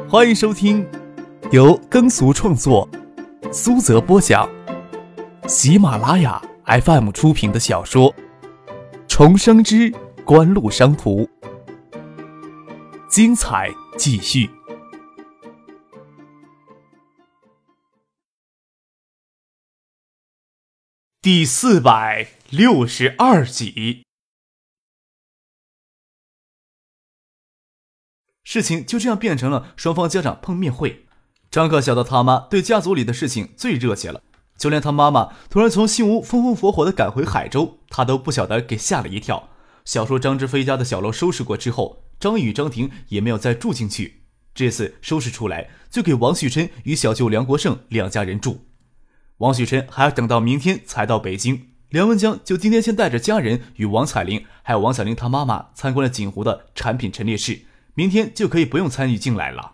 欢迎收听由耕俗创作、苏泽播讲、喜马拉雅 FM 出品的小说《重生之官路商途》，精彩继续。第462集。事情就这样变成了双方家长碰面会。张克晓得他妈对家族里的事情最热切了，就连他妈妈突然从新屋风风火火地赶回海州，他都不晓得给吓了一跳。小叔张之飞家的小楼收拾过之后，张宇张婷也没有再住进去，这次收拾出来就给王旭琛与小舅梁国胜两家人住。王旭琛还要等到明天才到北京，梁文江就今天先带着家人与王彩玲还有王彩玲她妈妈参观了锦湖的产品陈列室，明天就可以不用参与进来了。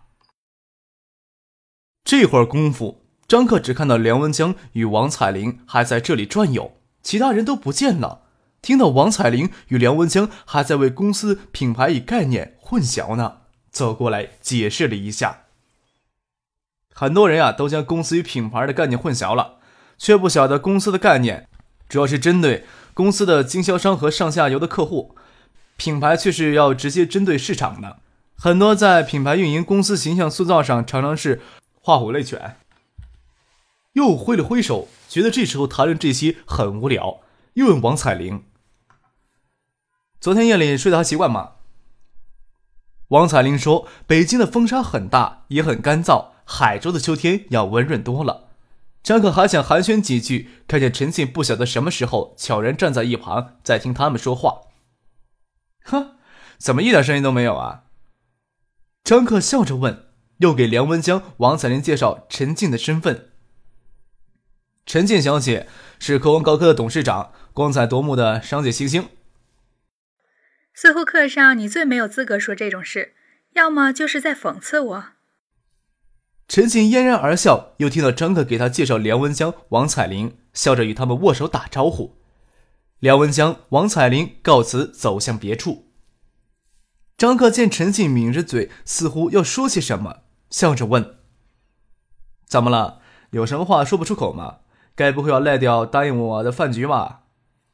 这会儿功夫，张克只看到梁文江与王彩玲还在这里转悠，其他人都不见了。听到王彩玲与梁文江还在为公司品牌与概念混淆呢，走过来解释了一下。很多人都将公司与品牌的概念混淆了，却不晓得公司的概念主要是针对公司的经销商和上下游的客户，品牌却是要直接针对市场的。很多在品牌运营公司形象塑造上常常是画虎类犬。又挥了挥手，觉得这时候谈论这些很无聊，又问王彩玲：昨天夜里睡得还习惯吗？王彩玲说，北京的风沙很大，也很干燥，海州的秋天要温润多了。张可还想寒暄几句，看见陈庆不晓得什么时候悄然站在一旁在听他们说话。哼，怎么一点声音都没有啊？张克笑着问，又给梁文江、王彩玲介绍陈静的身份。陈静小姐是科文高科的董事长，光彩夺目的商界新星。 似乎课上你最没有资格说这种事，要么就是在讽刺我。 陈静嫣然而笑，又听到张克给他介绍梁文江、王彩玲，笑着与他们握手打招呼。梁文江、王彩玲告辞走向别处。张克见陈静抿着嘴，似乎要说些什么，笑着问：怎么了？有什么话说不出口吗？该不会要赖掉答应我的饭局吧？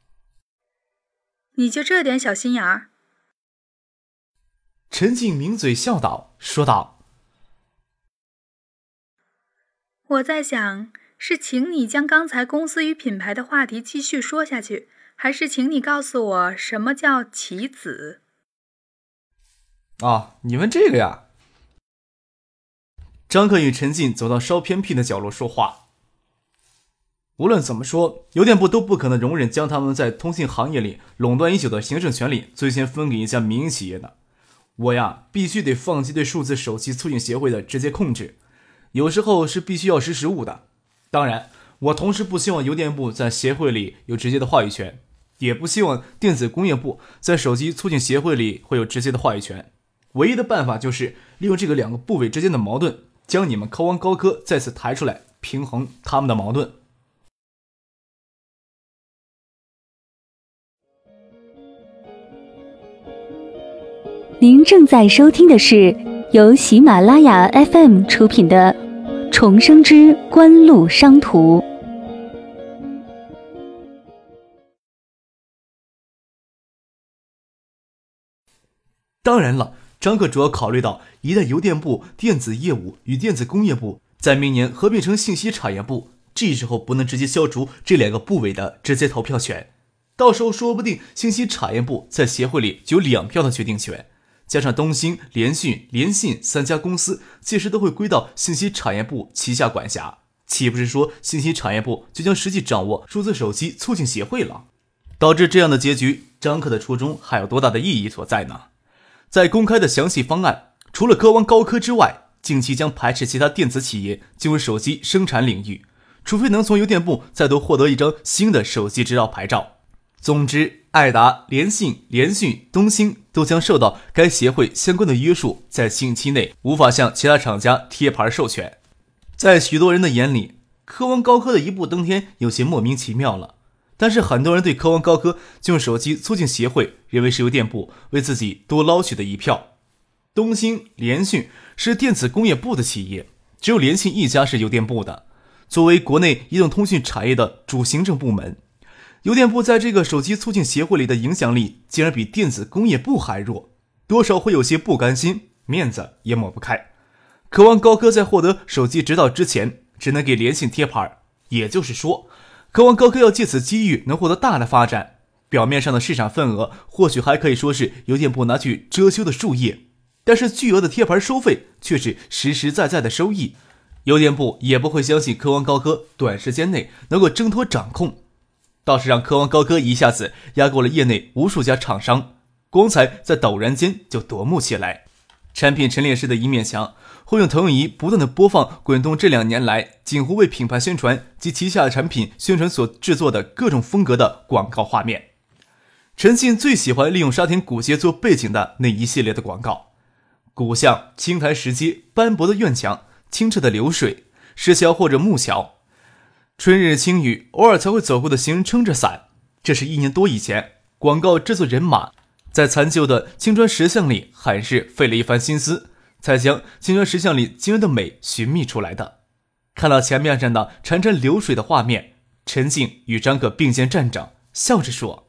你就这点小心眼儿？ 陈静抿嘴笑道，说道： 我在想，是请你将刚才公司与品牌的话题继续说下去，还是请你告诉我什么叫棋子？ 你问这个呀？张克与陈静走到稍偏僻的角落说话。无论怎么说，邮电部都不可能容忍将他们在通信行业里垄断已久的行政权力最先分给一家民营企业的。我必须得放弃对数字手机促进协会的直接控制，有时候是必须要识时务的。当然，我同时不希望邮电部在协会里有直接的话语权，也不希望电子工业部在手机促进协会里会有直接的话语权。唯一的办法就是利用这个两个部委之间的矛盾，将你们科王高科再次抬出来，平衡他们的矛盾。 您正在收听的是由喜马拉雅 FM 出品的《重生之官路商途》。 当然了，张克主要考虑到，一旦邮电部电子业务与电子工业部在明年合并成信息产业部，这时候不能直接消除这两个部委的直接投票权，到时候说不定信息产业部在协会里就有2票的决定权。加上东兴、联讯、联信3家公司届时都会归到信息产业部旗下管辖，岂不是说信息产业部就将实际掌握数字手机促进协会了？导致这样的结局，张克的初衷还有多大的意义所在呢？在公开的详细方案，除了科王高科之外，近期将排斥其他电子企业进入手机生产领域，除非能从邮电部再多获得一张新的手机执照牌照。总之，爱达、联信、联讯、东兴都将受到该协会相关的约束，在近期内无法向其他厂家贴牌授权。在许多人的眼里，科王高科的一步登天有些莫名其妙了，但是很多人对科王高科进入手机促进协会认为是邮电部为自己多捞取的一票。 东兴、联讯是电子工业部的企业，只有联信一家是邮电部的。作为国内移动通讯产业的主行政部门，邮电部在这个手机促进协会里的影响力竟然比电子工业部还弱，多少会有些不甘心，面子也抹不开。渴望高科在获得手机指导之前，只能给联信贴牌，也就是说，渴望高科要借此机遇能获得大的发展。表面上的市场份额或许还可以说是邮电部拿去遮羞的树叶，但是巨额的贴牌收费却是实实在在的收益。邮电部也不会相信科王高科短时间内能够挣脱掌控，倒是让科王高科一下子压过了业内无数家厂商，光彩在陡然间就夺目起来。产品陈列室的一面墙会用投影仪不断的播放滚动这2年来锦湖为品牌宣传及旗下产品宣传所制作的各种风格的广告画面。陈信最喜欢利用沙田古街做背景的那一系列的广告，古巷、青苔石阶、斑驳的院墙、清澈的流水、石桥或者木桥，春日轻雨偶尔才会走过的行人撑着伞。这是1年多以前，广告制作人马在残旧的青砖石巷里很是费了一番心思，才将青砖石巷里惊人的美寻觅出来的。看到墙面上的潺潺流水的画面，陈静与张可并肩站着，笑着说：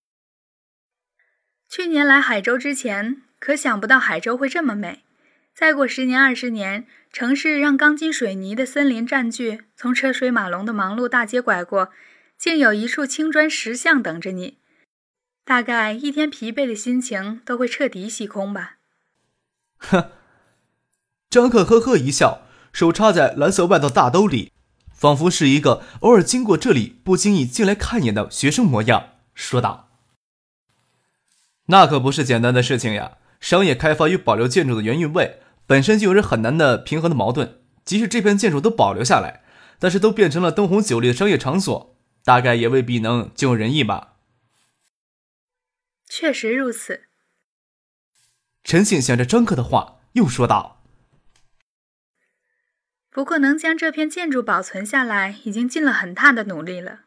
去年来海州之前，可想不到海州会这么美。再过10年20年，城市让钢筋水泥的森林占据，从车水马龙的忙碌大街拐过，竟有一处青砖石巷等着你。大概一天疲惫的心情都会彻底洗空吧。 呵，张可呵呵一笑，手插在蓝色外套大兜里，仿佛是一个偶尔经过这里不经意进来看一眼的学生模样，说道：那可不是简单的事情呀，商业开发与保留建筑的原韵味本身就有着很难的平衡的矛盾，即使这片建筑都保留下来，但是都变成了灯红酒绿的商业场所，大概也未必能尽如人意吧。 确实如此。 陈信想着张可的话，又说道： 不过能将这片建筑保存下来，已经尽了很大的努力了。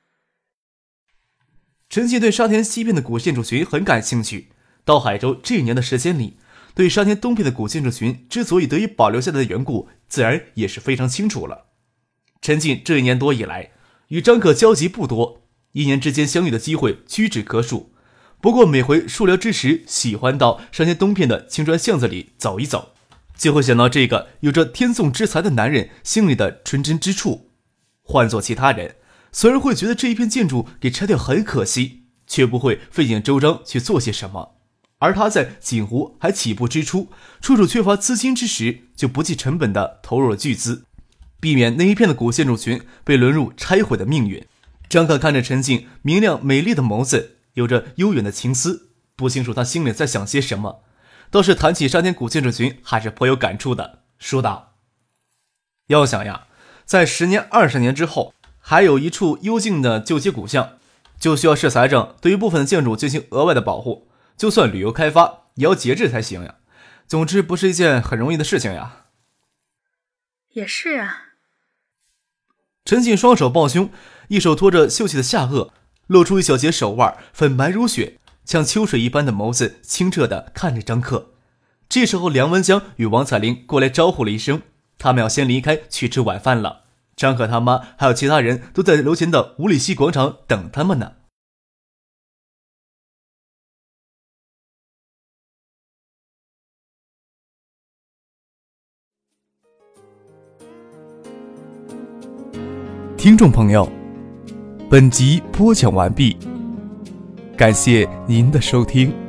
陈信对沙田西边的古建筑群很感兴趣，到海州这1年的时间里，对沙田东边的古建筑群之所以得以保留下来的缘故，自然也是非常清楚了。陈信这1年多以来，与张可交集不多，1年之间相遇的机会屈指可数。不过每回数聊之时，喜欢到沙田东片的青砖巷子里走一走，就会想到这个有着天纵之才的男人心里的纯真之处。换做其他人，虽然会觉得这一片建筑给拆掉很可惜，却不会费尽周章去做些什么。而他在锦湖还起步之初，处处缺乏资金之时，就不计成本的投入了巨资，避免那一片的古建筑群被沦入拆毁的命运。张可看着陈静明亮美丽的眸子，有着悠远的情思，不清楚他心里在想些什么，倒是谈起沙田古建筑群还是颇有感触的，说道：要想呀，在10年20年之后，还有一处幽静的旧街古巷，就需要市财政对于部分的建筑进行额外的保护，就算旅游开发也要节制才行呀。总之不是一件很容易的事情呀。 也是啊。 陈信双手抱胸，一手托着秀气的下颚，露出一小截手腕，粉白如雪，像秋水一般的眸子清澈地看着张克。这时候梁文江与王彩玲过来招呼了一声，他们要先离开去吃晚饭了。张可他妈还有其他人都在楼前的五里溪广场等他们呢。听众朋友，本集播讲完毕，感谢您的收听。